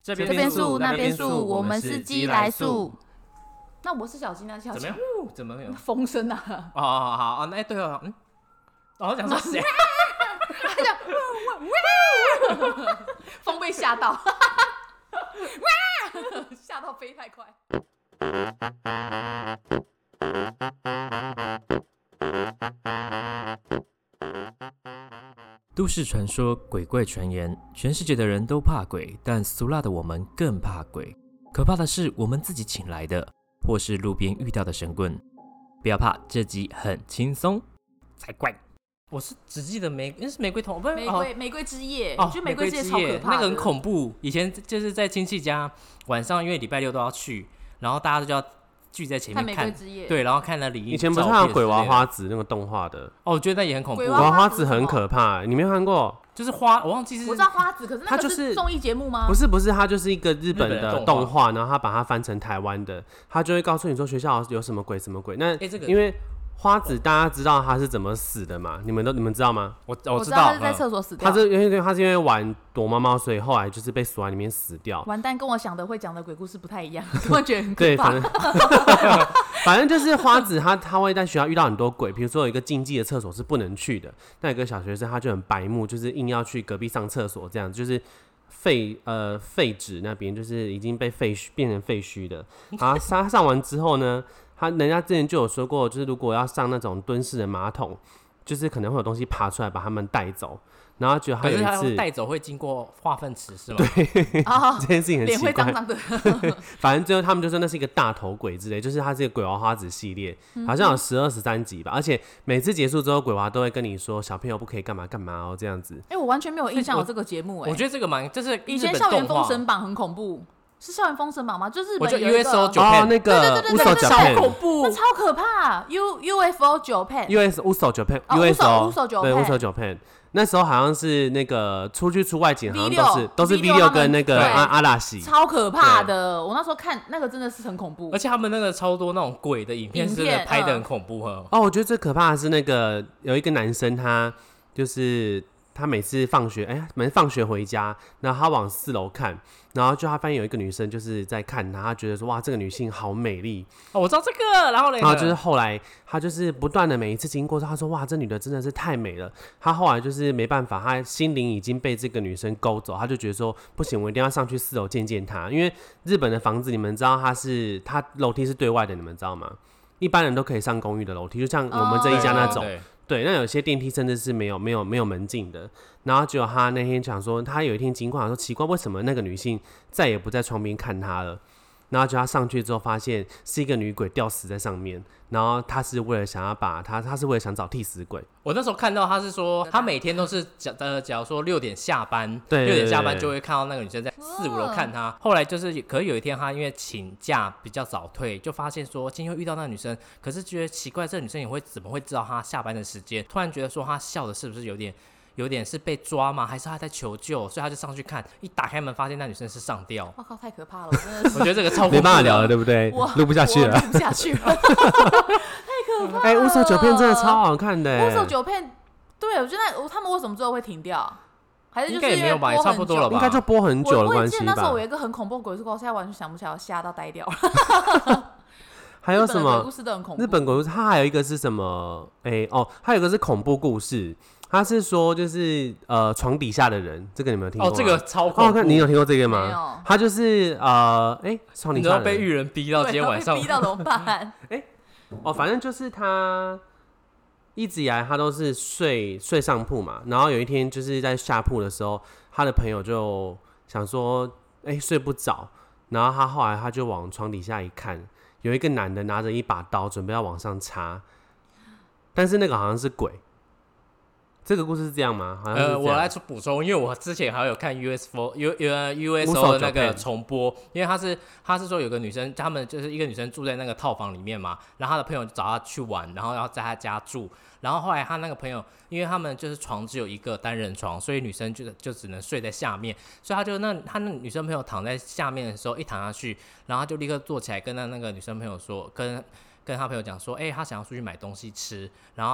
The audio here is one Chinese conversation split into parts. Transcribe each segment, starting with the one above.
这边素那边素，我们是鸡来素。 那我是小鸡，那是小鸡。 怎么有风声啊？ 好，那对哦，我讲说谁？ 他讲风被吓到，吓到飞太快。 都市传说、鬼怪传言，全世界的人都怕鬼，但俗辣的我们更怕鬼。可怕的是我们自己请来的，或是路边遇到的神棍。不要怕，这集很轻松才怪。 我是只记得是玫瑰童，不是玫瑰之夜。我觉得玫瑰之夜超可怕的， 那个很恐怖。以前就是在亲戚家，晚上因为礼拜六都要去，然后大家就要聚在前面看玫瑰之夜，对，然后看了以前不是还有鬼娃花子那个动画的？ 哦，我觉得那也很恐怖。 鬼娃花子很可怕，你没有看过？ 就是花，我忘记是。 我知道花子，可是那个是综艺节目吗？ 不是，它就是一个日本的动画，然后他把它翻成台湾的，他就会告诉你说学校有什么鬼什么鬼。那因为花子大家知道他是怎么死的吗？你们知道吗？ 我知道他是在厕所死掉。 他是因为玩躲猫猫，所以后来就是被锁在里面死掉。 完蛋，跟我想的会讲的鬼故事不太一样，我觉得很可怕。 对，反正就是花子他会在学校遇到很多鬼，比如说有一个禁忌的厕所是不能去的，那有个小学生他就很白目，就是硬要去隔壁上厕所，这样就是废纸那边就是已经被变成废墟的。然后他上完之后呢？人家之前就有说过，就是如果要上那种蹲式的马桶，就是可能会有东西爬出来把他们带走。然后觉得他有一次， 可是他带走会经过化粪池是吗？ 对，这件事情很奇怪，脸会脏脏的。 反正最后他们就说那是一个大头鬼之类，就是他是一个鬼娃花子系列，好像有12、13集吧。而且每次结束之后，鬼娃都会跟你说小朋友不可以干嘛干嘛哦，这样子。 我完全没有印象有这个节目。 我觉得这个就是以前校园封神榜很恐怖。是校园封神榜吗？就日本有一个 USO Japan， 那个 USO Japan 超恐怖，那超可怕。UFO Japan，USO Japan，USO 对 USO Japan。那时候好像是那个出去出外景，好像都是 V6跟那个阿拉西， 超可怕的。我那时候看那个真的是很恐怖， 而且他们那个超多那种鬼的影片是拍的很恐怖哦。 我觉得最可怕的是那个有一个男生，他就是他每次放学回家，然后他往4楼看。然后就他发现有一个女生就是在看他，他觉得说哇这个女性好美丽我知道这个，然后就是后来他就是不断的每一次经过他说哇这女的真的是太美了，他后来就是没办法，他心灵已经被这个女生勾走，他就觉得说不行，我一定要上去4楼见见她，因为日本的房子你们知道他楼梯是对外的，你们知道吗？一般人都可以上公寓的楼梯，就像我们这一家那种。对，那有些电梯甚至是没有门禁的。然后结果他那天讲说，他有一天经过，说奇怪，为什么那个女性再也不在窗边看他了？然后就他上去之后，发现是一个女鬼吊死在上面。然后他是为了想要他是为了想找替死鬼。 我那时候看到他是说，他每天都是假如说6点下班， 对 6点下班就会看到那个女生在4、5楼看他。后来就是可是有一天他因为请假比较早退，就发现说今天会遇到那个女生，可是觉得奇怪，这个女生怎么会知道他下班的时间？突然觉得说他笑的是不是有点是被抓吗？还是他在求救？所以他就上去看，一打开门发现那女生是上吊。 我靠，太可怕了！我真的是， 我觉得这个超恐怖， 没办法聊了，对不对？录不下去了， 录不下去了，太可怕了。 乌索酒片真的超好看的。 乌索酒片，对我觉得他们为什么最后会停掉？还是就是应该也没有吧，也差不多了吧？ 应该就播很久的关系吧。 那时候我有一个很恐怖的鬼故事，我现在完全想不起来，我吓到呆掉了。 还有什么鬼故事都很恐怖？ 日本鬼故事，它还有一个是什么？还有一个是恐怖故事。他是说，就是床底下的人，这个你们有听过吗？ 这个超恐怖。 你有听过这个吗？ 没有。 他就是床底下的人， 你知道被育人逼到今天晚上， 逼到怎么办？ 反正就是他一直以来他都是睡上铺嘛，然后有一天就是在下铺的时候，他的朋友就想说，睡不着，然后后来他就往床底下一看，有一个男的拿着一把刀准备要往上插，但是那个好像是鬼。这个故事是这样吗？好像是这样。 我来补充，因为我之前还有看 USO 的那个重播，因为他是说有个女生，他们就是一个女生住在那个套房里面嘛，然后他的朋友找她去玩，然后要在她家住，然后后来他那个朋友，因为他们就是床只有一个单人床，所以女生就只能睡在下面，所以他那女生朋友躺在下面的时候，一躺下去，然后他就立刻坐起来跟那个女生朋友说，跟他朋友讲说，他想要出去买东西吃，然后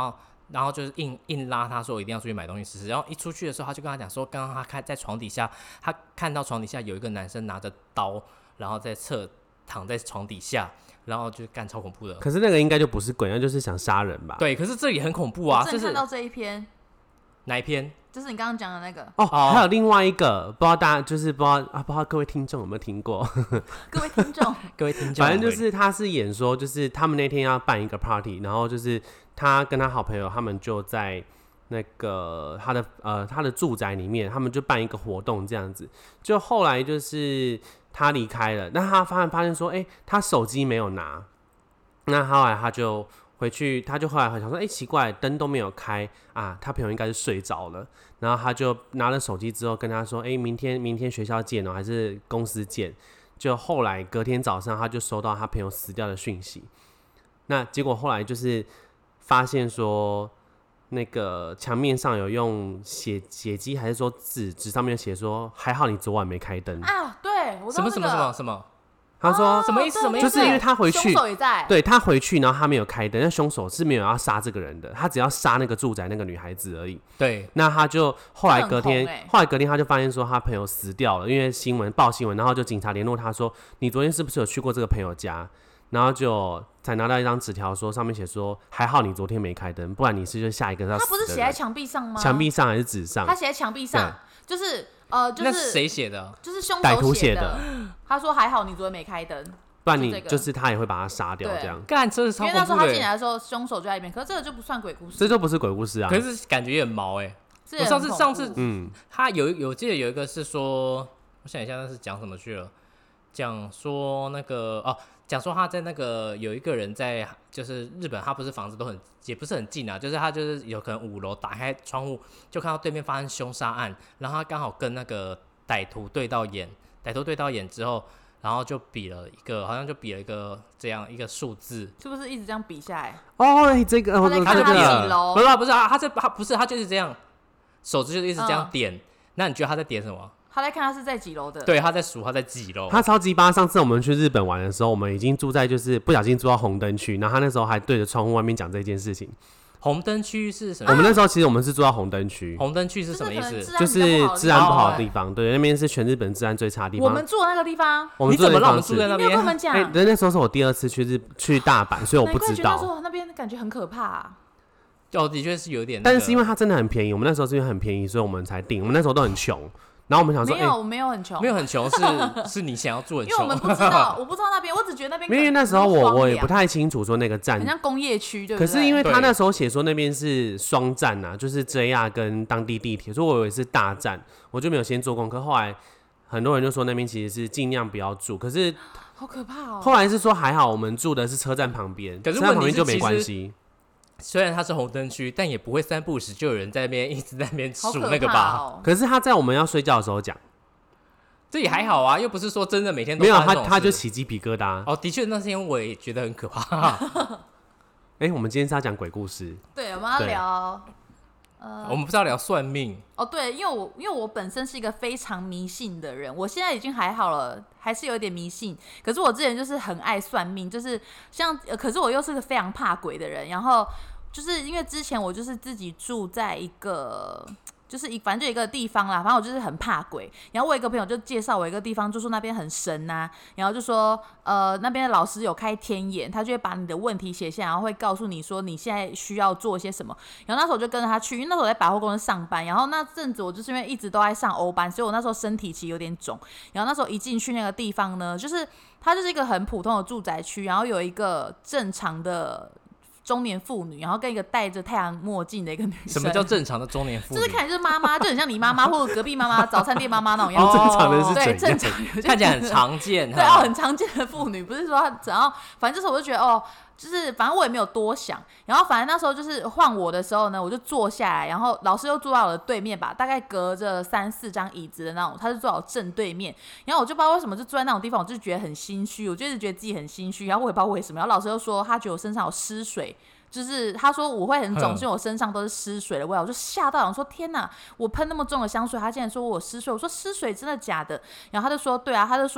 然后就是硬拉他说一定要出去买东西吃，然后一出去的时候他就跟他讲说，刚刚他在床底下，他看到床底下有一个男生拿着刀，然后在躺在床底下，然后就干超恐怖的。 可是那个应该就不是鬼，那就是想杀人吧？ 对，可是这也很恐怖啊！ 我正看到这一篇， 哪一篇？ 就是你刚刚讲的那个哦，还有另外一个，不知道大家就是不知道各位听众有没有听过？ 各位听众， 各位听众， 反正就是他是演说，就是他们那天要办一个 party， 然后就是他跟他好朋友，他们就在那个他的住宅里面，他们就办一个活动这样子。就后来就是他离开了，那他发现说，他手机没有拿，那后来他就回去，他就后来想说，奇怪，灯都没有开啊，他朋友应该是睡着了。然后他就拿了手机之后跟他说，明天学校见哦，还是公司见。就后来隔天早上，他就收到他朋友死掉的讯息。那结果后来就是发现说，那个墙面上有用血迹，还是说纸上面写说，还好你昨晚没开灯啊？对，我知道什么？ 他说什么意思？ 就是因为他回去， 凶手也在。 对，他回去，然后他没有开灯，那凶手是没有要杀这个人的，他只要杀那个住宅那个女孩子而已。 对， 那他就后来隔天他就发现说他朋友死掉了，因为报新闻，然后就警察联络他说，你昨天是不是有去过这个朋友家？然后就才拿到一张纸条，说上面写说，还好你昨天没开灯，不然你是就下一个要死的人。 他不是写在墙壁上吗？ 墙壁上还是纸上？ 他写在墙壁上，就是那是谁写的？ 就是凶歹徒手写的。 他说还好你昨天没开灯， 不然你就是他也会把他杀掉这样。 干，这是超恐怖的。 因为那时候他进来的时候，凶手就在里面，可是这个就不算鬼故事， 这就不是鬼故事啊。 可是感觉也很毛我上次，他记得有一个是说，我想一下那是讲什么去了，讲说那个讲说他在那个有一个人在，就是日本，他不是房子都也不是很近啊，就是他就是有可能5楼打开窗户就看到对面发生凶杀案，然后他刚好跟那个歹徒对到眼之后，然后就比了一个，好像就比了一个这样一个数字， 是不是一直这样比下来？ 这个他在看他几楼？ 不是啊，他就是这样，手指就是一直这样点。那你觉得他在点什么？ 他在看他是在几楼的。 对，他在数他在几楼。 他超级巴！上次我们去日本玩的时候，我们已经住在就是不小心住到红灯区，然后他那时候还对着窗户外面讲这件事情。 红灯区是什么？ 我们那时候其实我们是住到红灯区。 红灯区是什么意思？ 就是治安不好的地方。对，那边是全日本治安最差的地方。 我们住的那个地方， 你怎么让我们住在那边？ 你没有跟我们讲。 那时候是我第2次去大阪，所以我不知道。 那时候那边感觉很可怕。 的确是有点。 但是因为它真的很便宜，我们那时候是因为很便宜，所以我们才订。我们那时候都很穷。然后我们想说， 我没有很穷， 没有很穷，是你想要住很穷， 因为我们不知道，我不知道那边，我只觉得那边， 因为那时候我也不太清楚说那个站很像工业区，对不对？ 可是因为他那时候写说那边是双站啊，就是 JR 跟当地地铁，所以我以为是大站，我就没有先做功课。后来很多人就说那边其实是尽量不要住，可是好可怕哦。 后来是说还好我们住的是车站旁边， 可是车站旁边就没关系。 虽然它是红灯区，但也不会3不5时就有人在那边一直在那边数那个吧。 可是他在我们要睡觉的时候讲。 这也还好啊，又不是说真的每天都没有他就起鸡皮疙瘩。 的确那天我也觉得很可怕。 我们今天是要讲鬼故事。 对，我们要聊我们不是要聊算命对，因为我本身是一个非常迷信的人，我现在已经还好了，还是有点迷信。可是我之前就是很爱算命，就是可是我又是个非常怕鬼的人。然后就是因为之前我就是自己住在一个。就是反正就一个地方啦，反正我就是很怕鬼。然后我有一个朋友就介绍我一个地方，就说那边很神啊，然后就说那边的老师有开天眼，他就会把你的问题写下来，然后会告诉你说你现在需要做些什么。然后那时候我就跟着他去，因为那时候我在百货公司上班，然后那阵子我就是因为一直都在上欧班，所以我那时候身体其实有点肿。然后那时候一进去那个地方呢，就是它就是一个很普通的住宅区，然后有一个正常的中年妇女，然后跟一个戴着太阳墨镜的一个女生。 什么叫正常的中年妇女？ 就是看起来就是妈妈，就很像你妈妈或者隔壁妈妈、早餐店妈妈那种样子。 正常的是对，正常看起来很常见。 对很常见的妇女，不是说然后反正就是我就觉得就是反正我也没有多想。然后反正那时候就是换我的时候呢，我就坐下来，然后老师又坐到我的对面吧，大概隔着3、4张椅子的那种，他就坐到我正对面。然后我就不知道为什么就坐在那种地方，我就觉得很心虚，我就是觉得自己很心虚。然后我也不知道为什么，然后老师又说他觉得我身上有湿水。就是他说我会很肿，是因为我身上都是湿水的味道，我就吓到，我说天哪，我喷那么重的香水，他竟然说我湿水，我说湿水真的假的？然后他就说对啊，他就说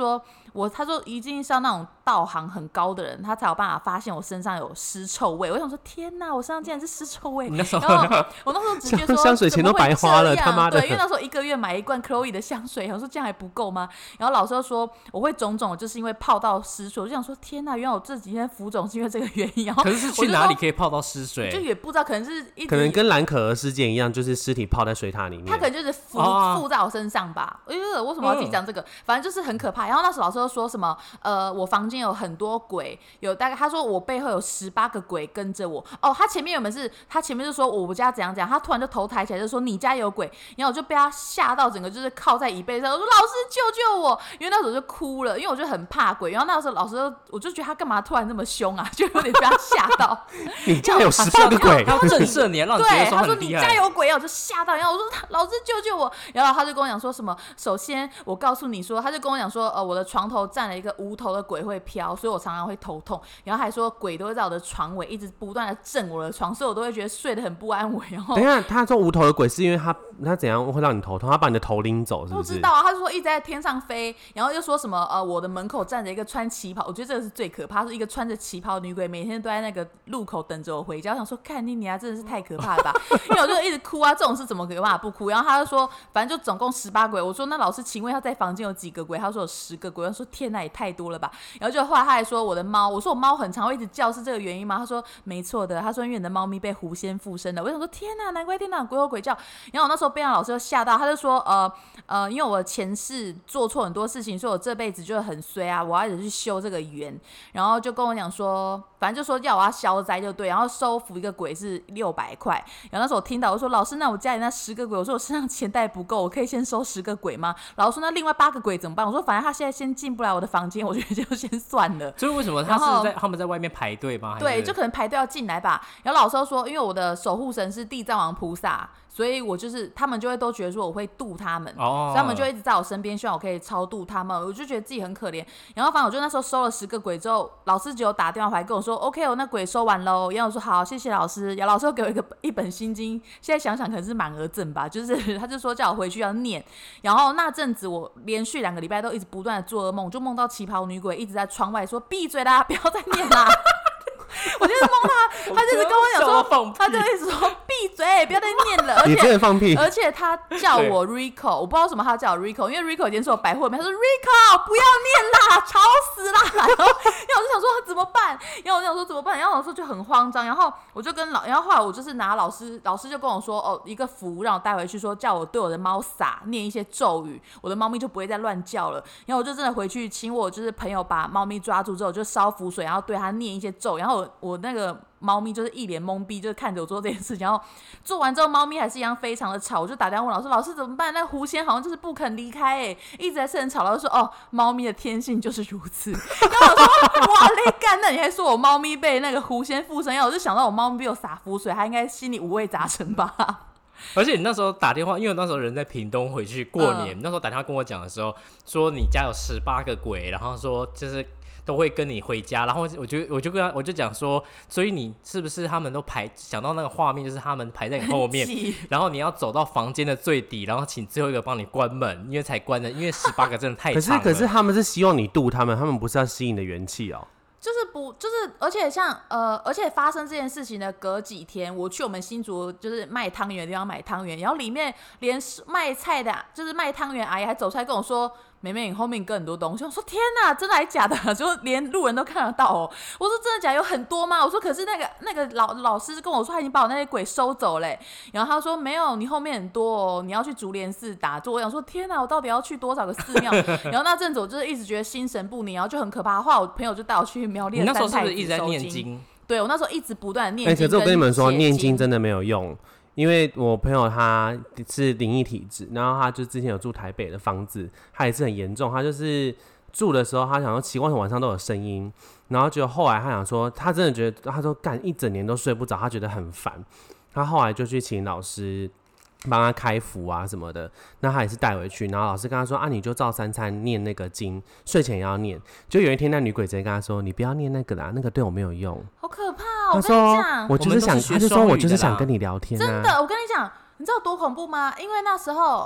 他说一定是要那种道行很高的人，他才有办法发现我身上有尸臭味。我想说天哪，我身上竟然是尸臭味！然后我那时候直接说香水钱都白花了，他妈的！ 对，因为那时候1个月买一罐 Chloe 的香水，我说这样还不够吗？然后老师就说我会肿肿，就是因为泡到湿水。我就想说天哪，原来我这几天浮肿是因为这个原因。然后可是去哪里可以泡到湿水？ 就也不知道，可能是可能跟蓝可儿事件一样，就是尸体泡在水塔里面。 他可能就是附在我身上吧。为什么要自己讲这个？反正就是很可怕。然后那时候老师就说什么我房间有很多鬼，有大概他说我背后有18个鬼跟着我。他前面就说我家怎样怎样，他突然就头抬起来就说你家有鬼，然后我就被他吓到，整个就是靠在椅背上，我说老师救救我，因为那时候就哭了，因为我就很怕鬼。然后那时候老师我就觉得他干嘛突然这么凶啊，就有点被他吓到。 你家有18个鬼， 他震慑你，让你觉得说他说你家有鬼啊，我就吓到，然后我说老师救救我，然后他就跟我讲说什么，首先我告诉你说，他就跟我讲说我的床头站了一个无头的鬼会飘，所以我常常会头痛，然后还说鬼都会在我的床尾一直不断的震我的床，所以我都会觉得睡得很不安稳。然后等一下，他说无头的鬼是因为他怎样会让你头痛？他把你的头拎走是不是？ 不知道啊，他就说一直在天上飞，然后又说什么我的门口站着一个穿旗袍，我觉得这个是最可怕，是一个穿着旗袍的女鬼，每天都在那个路口等着我回家。我想说看你啊，真的是太可怕了吧？因为我就一直哭啊，这种事怎么有办法不哭？然后他就说反正就总共18鬼。我说那老师请问他在房间有几个鬼？他说有10个鬼。我说天哪，也太多了吧？然后就后来他还说我的猫，我说我猫很常会一直叫，是这个原因吗？他说没错的，他说因为你的猫咪被狐仙附身了。我想说天哪，难怪天哪鬼吼鬼叫。然后我那时候被让老师就吓到，他就说因为我前世做错很多事情，所以我这辈子就很衰啊，我要一直去修这个缘。然后就跟我讲说，反正就说要我要消灾就对，然后收服一个鬼是600块。然后那时候我听到我说老师，那我家里那10个鬼，我说我身上钱袋不够，我可以先收10个鬼吗？老师说那另外8个鬼怎么办？我说反正他现在先进不来我的房间，我觉得就先算了。 所以为什么他们在外面排队吗？ 对，就可能排队要进来吧。然后老师就说，因为我的守护神是地藏王菩萨，所以我就是他们就会都觉得说我会渡他们，所以他们就一直在我身边，希望我可以超度他们。我就觉得自己很可怜。然后反正我就那时候收了10个鬼之后，老师只有打电话回来跟我说 OK 我那鬼收完喽。然后我说好，谢谢老师。然后老师又给我一本心经，现在想想可能是满额赠吧，就是他就说叫我回去要念。然后那阵子我连续2个礼拜都一直不断的做噩梦，就梦到旗袍女鬼一直在窗外说闭嘴啦，不要再念啦。我就是梦他就一直跟我讲说，他就一直说闭嘴，不要再念了。 你真的放屁！ 而且他叫我 Rico， 我不知道为什么他叫我 Rico， 因为 Rico 以前是我百货里面，他说 Rico 不要念啦，吵死啦。然后我就想说怎么办？然后我就想说怎么办？然后我说就很慌张。然后我就跟然后后来我就是拿老师就跟我说一个符让我带回去，说叫我对我的猫撒念一些咒语，我的猫咪就不会再乱叫了。然后我就真的回去请我就是朋友把猫咪抓住之后，就烧符水，然后对它念一些咒，然后我那个猫咪就是一脸懵逼，就是看着我做这件事情。然后做完之后，猫咪还是一样非常的吵，我就打电话问老师，老师怎么办？那个狐仙好像就是不肯离开，一直在是很吵。老师说猫咪的天性就是如此。然后我说哇嘞干，那你还说我猫咪被那个狐仙附身？然后我就想到我猫咪被我洒符水，它应该心里五味杂陈吧。 而且你那时候打电话，因为我那时候人在屏东回去过年，那时候打电话跟我讲的时候，说你家有18个鬼，然后说就是都会跟你回家，然后我就讲说，所以你是不是他们都想到那个画面，就是他们排在你后面，然后你要走到房间的最底，然后请最后一个帮你关门，因为才关的，因为18个真的太长了。 可是他们是希望你渡他们不是要吸你的元气哦。 而且而且发生这件事情的隔几天，我去我们新竹就是卖汤圆的地方买汤圆，然后里面连卖菜的，就是卖汤圆阿姨还走出来跟我说，妹妹你后面跟很多东西。我说天哪，真的还假的？就连路人都看得到哦。我说真的假的？有很多吗？我说可是那个老师跟我说他已经把我那些鬼收走嘞。然后他说没有，你后面很多哦，你要去竹联寺打坐。我想说天哪，我到底要去多少个寺庙？然后那阵子我就是一直觉得心神不宁，然后就很可怕。后来我朋友就带我去苗栗的三太子收经。 你那时候是不是一直在念经？ 对，我那时候一直不断的念经。 可是我跟你们说，念经真的没有用。因为我朋友他是灵异体质，然后他就之前有住台北的房子，他也是很严重。他就是住的时候，他想说奇怪，晚上都有声音，然后就后来他想说，他真的觉得，他说干一整年都睡不着，他觉得很烦。他后来就去请老师帮他开符啊什么的，那他也是带回去，然后老师跟他说啊，你就照3餐念那个经，睡前也要念。就有一天那女鬼直接跟他说，你不要念那个啦，那个对我没有用。 好可怕哦！ 他说我就是想，他就说我就是想跟你聊天啊。 真的，我跟你讲，你知道多恐怖吗？因为那时候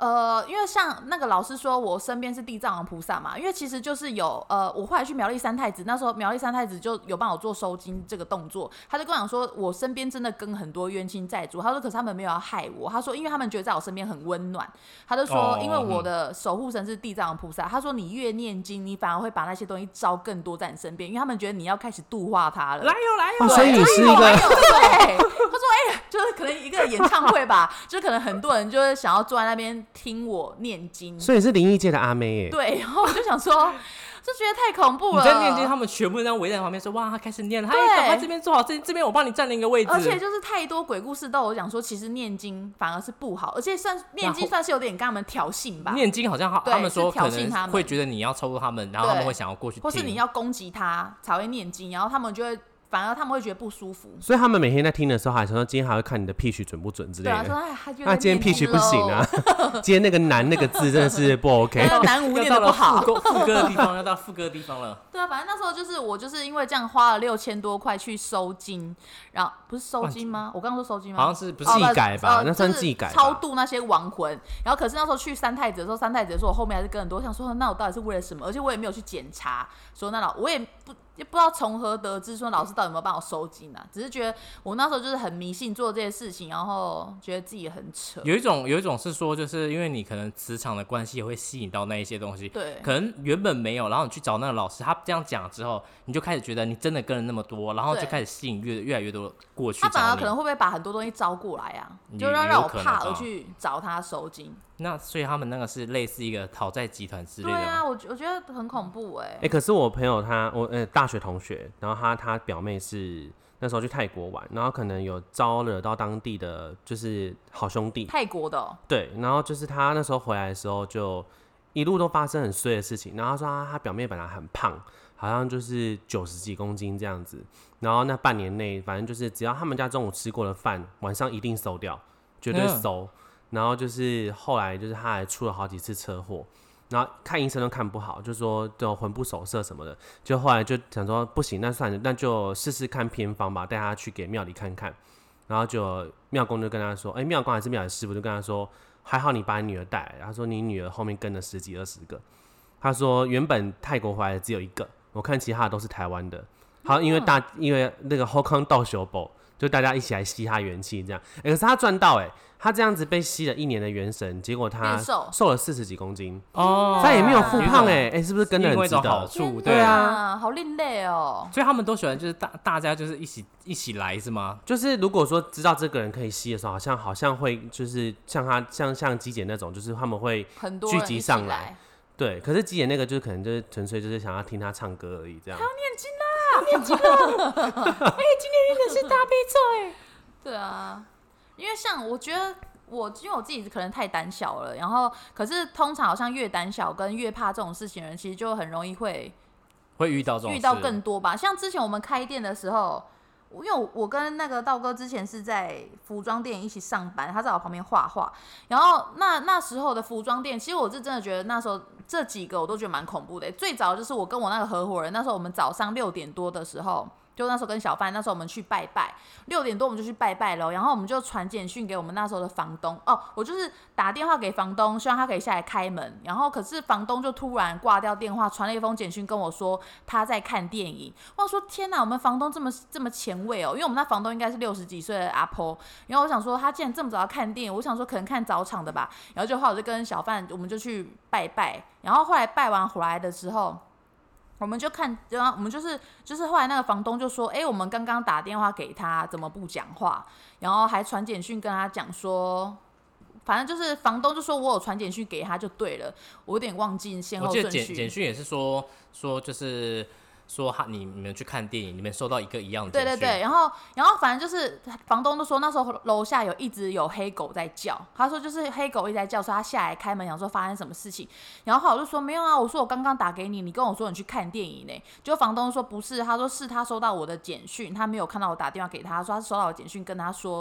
因为像那个老师说，我身边是地藏王菩萨嘛，因为其实就是有我后来去苗栗三太子，那时候苗栗三太子就有帮我做收金这个动作，他就跟我讲说，我身边真的跟很多冤亲债主，他说可是他们没有要害我，他说因为他们觉得在我身边很温暖，他就说因为我的守护神是地藏王菩萨，他说你越念经，你反而会把那些东西招更多在你身边，因为他们觉得你要开始度化他了。 来哟， 所以你是一个对，他说就是可能一个演唱会吧，就是可能很多人就是想要坐在那边听我念经， 所以是灵异界的阿妹耶。 对，然后我就想说，就觉得太恐怖了。 你在念经，他们全部人围在旁边说：“哇，他开始念了，赶快这边坐好，这边我帮你占领一个位置。” 而且就是太多鬼故事都有讲说，其实念经反而是不好，而且念经算是有点跟他们挑衅吧。 念经好像他们说可能会觉得你要超过他们，然后他们会想要过去听， 或是你要攻击他才会念经，然后他们就会。反而他们会觉得不舒服， 所以他们每天在听的时候，还说今天还会看你的 pitch 准不准之类的。 对啊，说那今天 pitch 不行啊，今天那个男那个字真的是不 OK。 男无念的不好， 副歌的地方要到副歌的地方了。 对啊，反正那时候就是我就是因为这样花了6000多块去收金，然后不是收金吗？我刚刚说收金吗？ 好像是不是祭改吧？那算祭改吧， 超度那些亡魂。然后可是那时候去三太子的时候，三太子说我后面还是跟很多，我想说那我到底是为了什么？而且我也没有去检查，说我也不知道从何得知说老师到底有没有帮我收金啊？只是觉得我那时候就是很迷信做这些事情，然后觉得自己很扯。 有一种是说，就是因为你可能磁场的关系也会吸引到那一些东西， 对， 可能原本没有，然后你去找那个老师，他这样讲之后，你就开始觉得你真的跟了那么多，然后就开始吸引越来越多过去找你。 他反而可能会不会把很多东西招过来啊？就让我怕而去找他收金。 那所以他们那个是类似一个讨债集团之类的吗？ 对啊，我觉得很恐怖可是我朋友大学同学，然后他表妹是那时候去泰国玩，然后可能有招惹到当地的就是好兄弟， 泰国的对，然后就是他那时候回来的时候就一路都发生很衰的事情，然后他说他表妹本来很胖，好像就是90几公斤这样子，然后那半年内反正就是只要他们家中午吃过的饭，晚上一定收掉，绝对收。然后就是后来就是他还出了好几次车祸，然后看医生都看不好，就说就魂不守舍什么的，就后来就想说不行，那算了，那就试试看偏方吧，带他去给庙里看看。然后就庙公就跟他说，庙公还是庙里师傅就跟他说，还好你把你女儿带来，他说你女儿后面跟了10几20个，他说原本泰国回来的只有1个，我看其他的都是台湾的。好，因为那个后康倒修补，就大家一起来吸他元气这样。可是他赚到他这样子被吸了1年的元神，结果他瘦了40几公斤哦，再也没有复胖是不是跟得很值得？ 好处对啊，好另类哦。 所以他们都喜欢就是大家就是一起来是吗？ 就是如果说知道这个人可以吸的时候，好像会就是像鸡姐那种，就是他们会聚集上来。对，可是鸡姐那个就是可能就是纯粹就是想要听他唱歌而已，这样。 他要念经啦，念经了！今天念的是大悲咒对啊。因为像我觉得因为我自己可能太胆小了，然后可是通常好像越胆小跟越怕这种事情的人，其实就很容易会遇到这种事， 遇到更多吧。像之前我们开店的时候，因为我跟那个道哥之前是在服装店一起上班，他在我旁边画画，然后那时候的服装店，其实我是真的觉得那时候这几个我都觉得蛮恐怖的。最早就是我跟我那个合伙人，那时候我们早上6点多的时候。就那时候跟小范，那时候我们去拜拜，6点多我们就去拜拜了，然后我们就传简讯给我们那时候的房东我就是打电话给房东，希望他可以下来开门，然后可是房东就突然挂掉电话，传了一封简讯跟我说他在看电影。我说天哪，我们房东这么前卫因为我们那房东应该是60几岁的阿婆，然后我想说他竟然这么早要看电影，我想说可能看早场的吧，然后就后来我就跟小范我们就去拜拜，然后后来拜完回来的时候。我们就看，然后我们就是后来那个房东就说，我们刚刚打电话给他，怎么不讲话？然后还传简讯跟他讲说，反正就是房东就说我有传简讯给他就对了，我有点忘记先后顺序。 我记得简讯也是说就是说你们去看电影，你们收到一个一样的简讯。 对，然后反正就是房东都说那时候楼下一直有黑狗在叫，他说就是黑狗一直在叫，说他下来开门想说发生什么事情，然后后来我就说没有啊，我说我刚刚打给你，你跟我说你去看电影呢，就房东说不是，他说是他收到我的简讯，他没有看到我打电话给他，说他收到我的简讯跟他说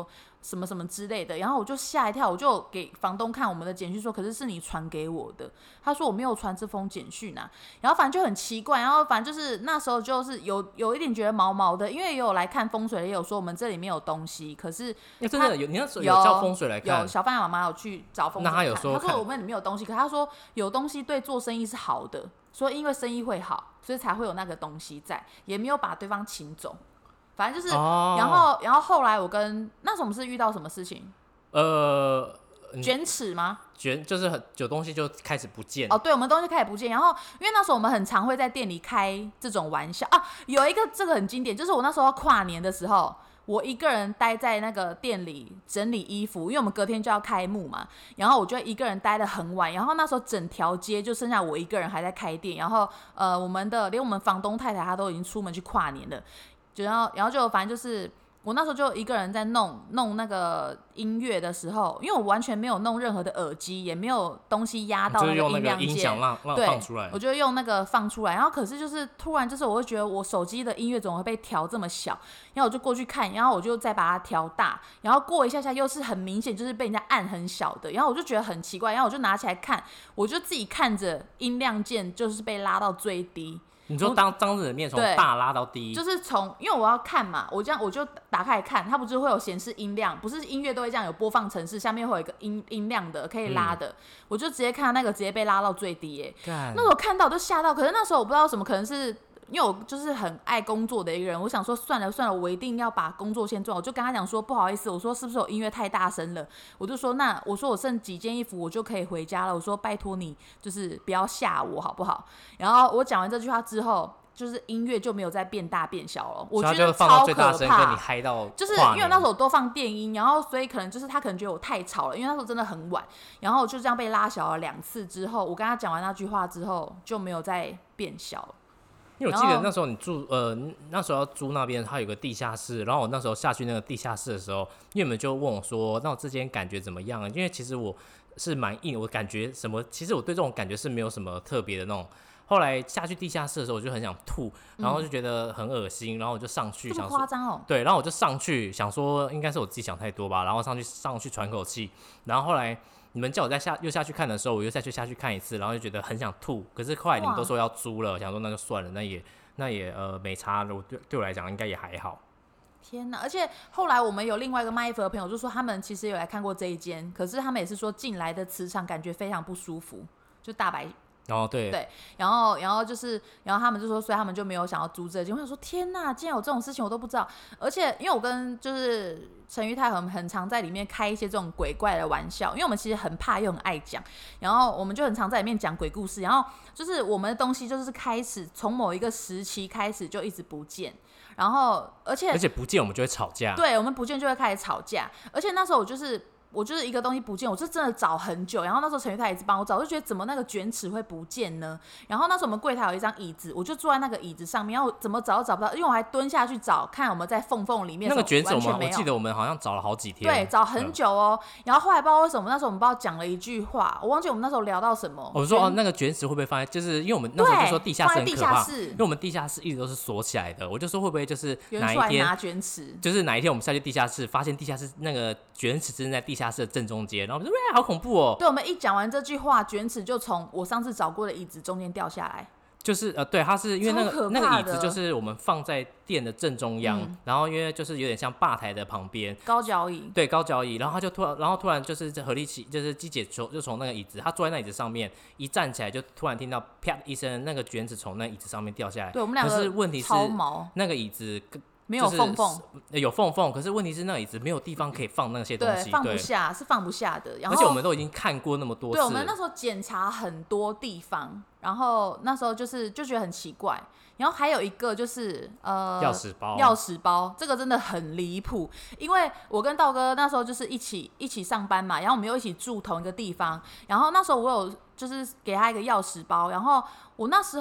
什么什么之类的，然后我就吓一跳，我就给房东看我们的简讯说，可是是你传给我的，他说我没有传这封简讯啊，然后反正就很奇怪，然后反正就是那时候就是有一点觉得毛毛的，因为也有来看风水，也有说我们这里没有东西，可是真的有，你那时候有叫风水来看， 有小范妈妈有去找风水看， 那他有说， 他说我们里面有东西，可他说有东西对做生意是好的，说因为生意会好，所以才会有那个东西在，也没有把对方请走。反正就是，然后后来那时候我们是遇到什么事情？卷尺吗？ 就是有东西就开始不见。 哦，对，我们东西开始不见。然后因为那时候我们很常会在店里开这种玩笑啊，有一个这个很经典，就是我那时候跨年的时候，我一个人待在那个店里整理衣服，因为我们隔天就要开幕嘛，然后我就一个人待得很晚，然后那时候整条街就剩下我一个人还在开店，然后连我们房东太太她都已经出门去跨年了。然后就反正就是我那时候就一个人在弄那个音乐的时候，因为我完全没有弄任何的耳机，也没有东西压到那个音量键， 音响让放出来。 我就用那个放出来，然后可是就是突然就是我会觉得我手机的音乐怎么会被调这么小，然后我就过去看，然后我就再把它调大，然后过一下下又是很明显就是被人家按很小的，然后我就觉得很奇怪，然后我就拿起来看，我就自己看着音量键就是被拉到最低。 你说当着的面从大拉到低， 就是因为我要看嘛，我就打开来看，它不是会有显示音量，不是音乐都会这样有播放程式，下面会有一个音量的可以拉的，我就直接看到那个直接被拉到最低耶。那时候看到我就吓到，可是那时候我不知道什么，可能是因为我就是很爱工作的一个人，我想说算了，我一定要把工作先做好。我就跟他讲说不好意思，我说是不是有音乐太大声了？我就说我说我剩几件衣服我就可以回家了。我说拜托你就是不要吓我好不好？然后我讲完这句话之后，就是音乐就没有再变大变小了。我觉得超可怕， 跟你嗨到就是因为那时候我都放电音，然后所以可能就是他可能觉得我太吵了，因为那时候真的很晚，然后就这样被拉小了2次之后，我跟他讲完那句话之后就没有再变小了。 因为我记得那时候你住那时候要租那边，它有个地下室，然后我那时候下去那个地下室的时候，因为你们就问我说，那我这间感觉怎么样？因为其实我是蛮硬，我感觉什么，其实我对这种感觉是没有什么特别的那种。后来下去地下室的时候，我就很想吐，然后就觉得很恶心，然后我就上去， 这么夸张哦？ 对，然后我就上去想说，应该是我自己想太多吧，然后上去喘口气，然后后来你们叫我又下去看的时候，我又再下去看一次，然后就觉得很想吐，可是后来你们都说要租了，想说那就算了，那也没差了，对我来讲应该也还好。 天哪！而且后来我们有另外一个卖衣服的朋友就说，他们其实有来看过这一间，可是他们也是说进来的磁场感觉非常不舒服，就大白。对，然后他们就说，所以他们就没有想要租这间。我想说，天哪，竟然有这种事情我都不知道。而且因为我跟就是陈玉泰很常在里面开一些这种鬼怪的玩笑，因为我们其实很怕又很爱讲，然后我们就很常在里面讲鬼故事。然后就是我们的东西就是开始从某一个时期开始就一直不见，然后而且不见我们就会吵架。 对，我们不见就会开始吵架。而且那时候我就是一个东西不见，我就真的找很久，然后那时候陈玉泰一直帮我找，我就觉得怎么那个卷尺会不见呢？然后那时候我们柜台有一张椅子，我就坐在那个椅子上面，然后怎么找都找不到，因为我还蹲下去找，看有没有在缝里面。 那个卷尺我记得我们好像找了好几天， 对，找很久哦。然后后来不知道为什么，那时候我们不知道讲了一句话，我忘记我们那时候聊到什么。 我说那个卷尺会不会放在，就是因为我们那时候就说地下室很可怕， 因为我们地下室一直都是锁起来的。我就说会不会就是哪一天拿卷尺， 就是哪一天我们下去地下室，发现地下室那个卷尺正在地下室的正中间。然后我们说好恐怖哦！ 对，我们一讲完这句话，卷尺就从我上次找过的椅子中间掉下来。 就是对，它是因为那个椅子就是我们放在店的正中央，然后因为就是有点像吧台的旁边， 高脚椅， 对，高脚椅，然后他就突然就是何立奇就是机姐就从那个椅子，他坐在那椅子上面，一站起来就突然听到啪一声，那个卷尺从那椅子上面掉下来。 对，我们两个可是问题是超毛， 那个椅子没有缝缝， 有缝缝，可是问题是那个椅子没有地方可以放那些东西， 对，放不下，是放不下的。然后而且我们都已经看过那么多次， 对，我们那时候检查很多地方，然后那时候就觉得很奇怪。然后还有一个就是钥匙包，这个真的很离谱，因为我跟道哥那时候就是一起上班嘛，然后我们又一起住同一个地方，然后那时候我有就是给他一个钥匙包，然后我那时候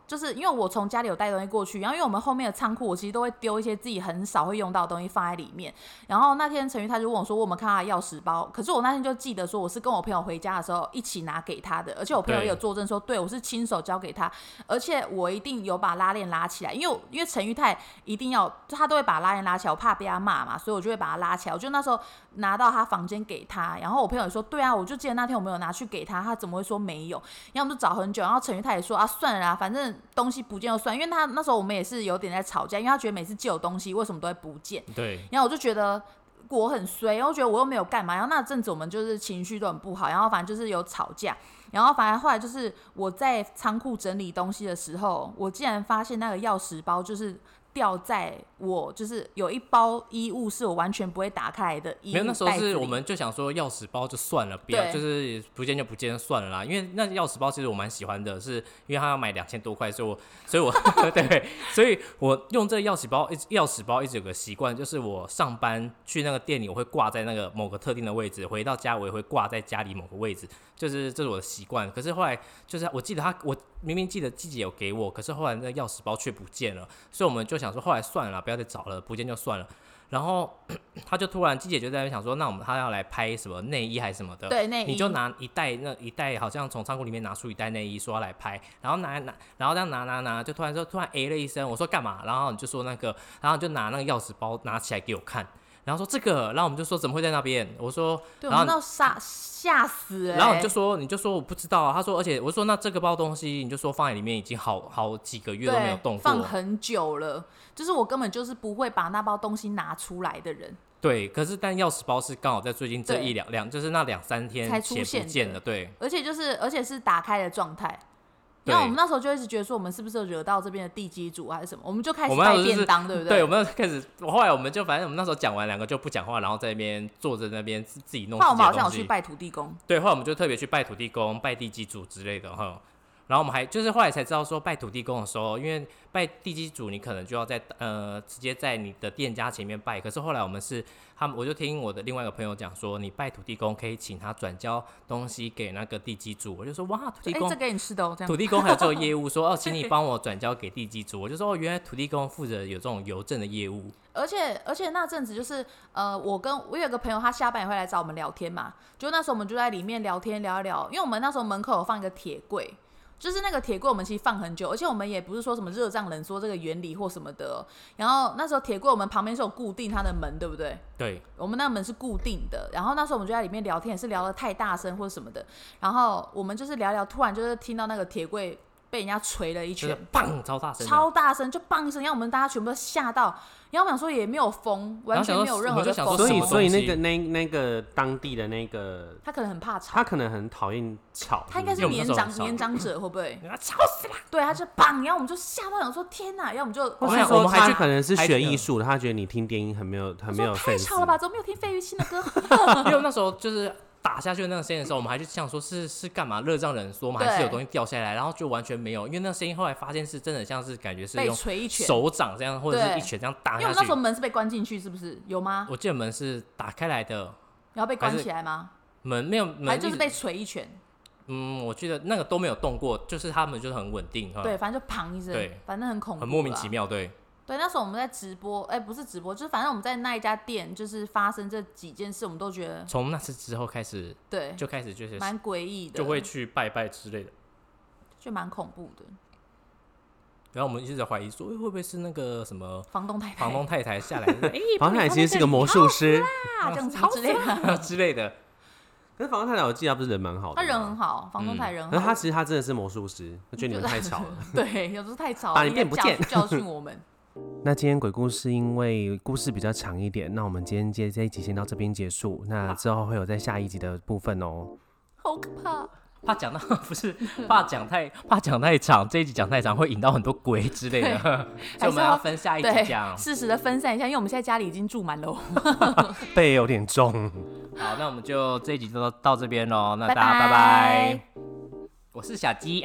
就是因为我从家里有带东西过去，然后因为我们后面的仓库，我其实都会丢一些自己很少会用到的东西放在里面。然后那天陈玉他就问我说，我有没有看他的钥匙包？可是我那天就记得说，我是跟我朋友回家的时候一起拿给他的，而且我朋友也有作证说，对我是亲手交给他，而且我一定有把拉链拉起来，因为陈玉泰一定要他都会把拉链拉起来，我怕被他骂嘛，所以我就会把它拉起来。我就那时候拿到他房间给他，然后我朋友也说，对啊，我就记得那天我没有拿去给他，他怎么会说没有？然后我们就找很久，然后陈玉泰也说啊，算了啦，反正东西不见就算，因为他那时候我们也是有点在吵架，因为他觉得每次借我东西为什么都会不见， 对， 然后我就觉得我很衰，然后觉得我又没有干嘛，然后那阵子我们就是情绪都很不好，然后反正就是有吵架，然后反正后来就是我在仓库整理东西的时候，我竟然发现那个钥匙包就是掉在我就是有一包衣物是我完全不会打开来的衣物， 没有，那时候是我们就想说钥匙包就算了，不要就是不见就不见就算了啦。因为那钥匙包其实我蛮喜欢的，是因为他要买2000多块，所以我对，所以我用这个钥匙包一直有个习惯，就是我上班去那个店里，我会挂在那个某个特定的位置，回到家我也会挂在家里某个位置，这是我的习惯。可是后来就是我记得我明明记得季姐有给我，可是后来那个钥匙包却不见了，所以我们就想说后来算了啦，不要再找了，不见就算了。然后他就突然季姐就在那边想说，那他要来拍什么内衣还是什么的， 对，内衣你就拿一袋好像从仓库里面拿出一袋内衣说要来拍，然后然后这样拿，就突然了一声，我说干嘛？然后你就说然后你就拿那个钥匙包拿起来给我看。然后说这个，然后我们就说怎么会在那边？我说， 对，我们都吓死了。 然后你就说我不知道啊。他说，而且我说那这个包东西，你就说放在里面已经好几个月都没有动过， 放很久了。就是我根本就是不会把那包东西拿出来的人。 对，可是但钥匙包是刚好在最近这就是那2-3天才出现不见的，对。 而且是打开的状态。然后我们那时候就一直觉得说，我们是不是有惹到这边的地基主还是什么？我们就开始带便当，对不对？ 对，我们开始，后来我们就反正我们那时候讲完，2个就不讲话，然后在那边坐着那边自己弄自己的东西。后来我们好像有去拜土地公。 对，后来我们就特别去拜土地公、拜地基主之类的哈。然后我们还就是后来才知道说，拜土地公的时候，因为拜地基主你可能就要在直接在你的店家前面拜，可是后来我就听我的另外一个朋友讲说，你拜土地公可以请他转交东西给那个地基主，我就说哇，土地公， 这给你吃的哦，这样。 土地公还有这个业务，说请你帮我转交给地基主，我就说原来土地公负责有这种邮政的业务。 而且那阵子就是我有个朋友，他下班也会来找我们聊天嘛，就那时候我们就在里面聊天聊一聊，因为我们那时候门口有放一个铁柜。就是那个铁柜我们其实放很久，而且我们也不是说什么热胀冷缩这个原理或什么的。然后那时候铁柜我们旁边是有固定它的门，对不对？ 对， 我们那个门是固定的。然后那时候我们就在里面聊天，也是聊得太大声或者什么的。然后我们就是聊聊，突然就是听到那个铁柜被人家捶了一拳， 砰，超大声，就砰一声，然后我们大家全部都吓到。然后我们想说也没有风，完全没有任何的风， 所以那个当地的那个他可能很怕吵， 他可能很讨厌吵， 他应该是年长者，会不会？ 吵死了！ 对，他就砰，然后我们就吓到，想说天哪！然后我们就， 或是说他可能是学艺术的，他觉得你听电音很没有太吵了吧？怎么没有听费玉清的歌？ 因为那时候就是打下去的那个声音的时候，我们还去想说是干嘛？热胀冷缩吗？还是有东西掉下来？然后就完全没有，因为那声音后来发现是真的像是感觉是用手掌这样或者是一拳这样打下去。 因为我那时候门是被关进去，是不是有吗？ 我记得门是打开来的， 然后被关起来吗？ 门没有，门还就是被捶一拳。 我记得那个都没有动过，就是他们就是很稳定。 对，反正就砰一声，对，反正很恐怖， 很莫名其妙，对。 对，那时候我们在直播，不是直播，就是反正我们在那一家店，就是发生这几件事，我们都觉得从那次之后开始， 对， 就开始就是蛮诡异的， 就会去拜拜之类的， 就蛮恐怖的。 然后我们一直在怀疑说，会不会是那个什么房东太太下来的？房东太太其实是个魔术师， 这样子之类的之类的。 可是房东太太我记得他不是人蛮好的， 他人很好，房东太太人很好。 可是他真的是魔术师，他觉得你们太吵了。 对，有时候太吵了， 把你变不见， 教训我们。 那今天鬼故事因为故事比较长一点，那我们今天这一集先到这边结束，那之后会有在下一集的部分哦。 好可怕。 怕讲到不是怕讲太长，这一集讲太长会引到很多鬼之类的，所以我们要分下一集讲， 适时的分散一下，因为我们现在家里已经住满了， 背有点重。 好，那我们就这一集就到这边咯，那大家拜拜。我是小鸡。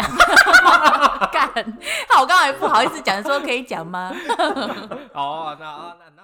干，好，我刚才不好意思讲说可以讲吗？ 哦，那。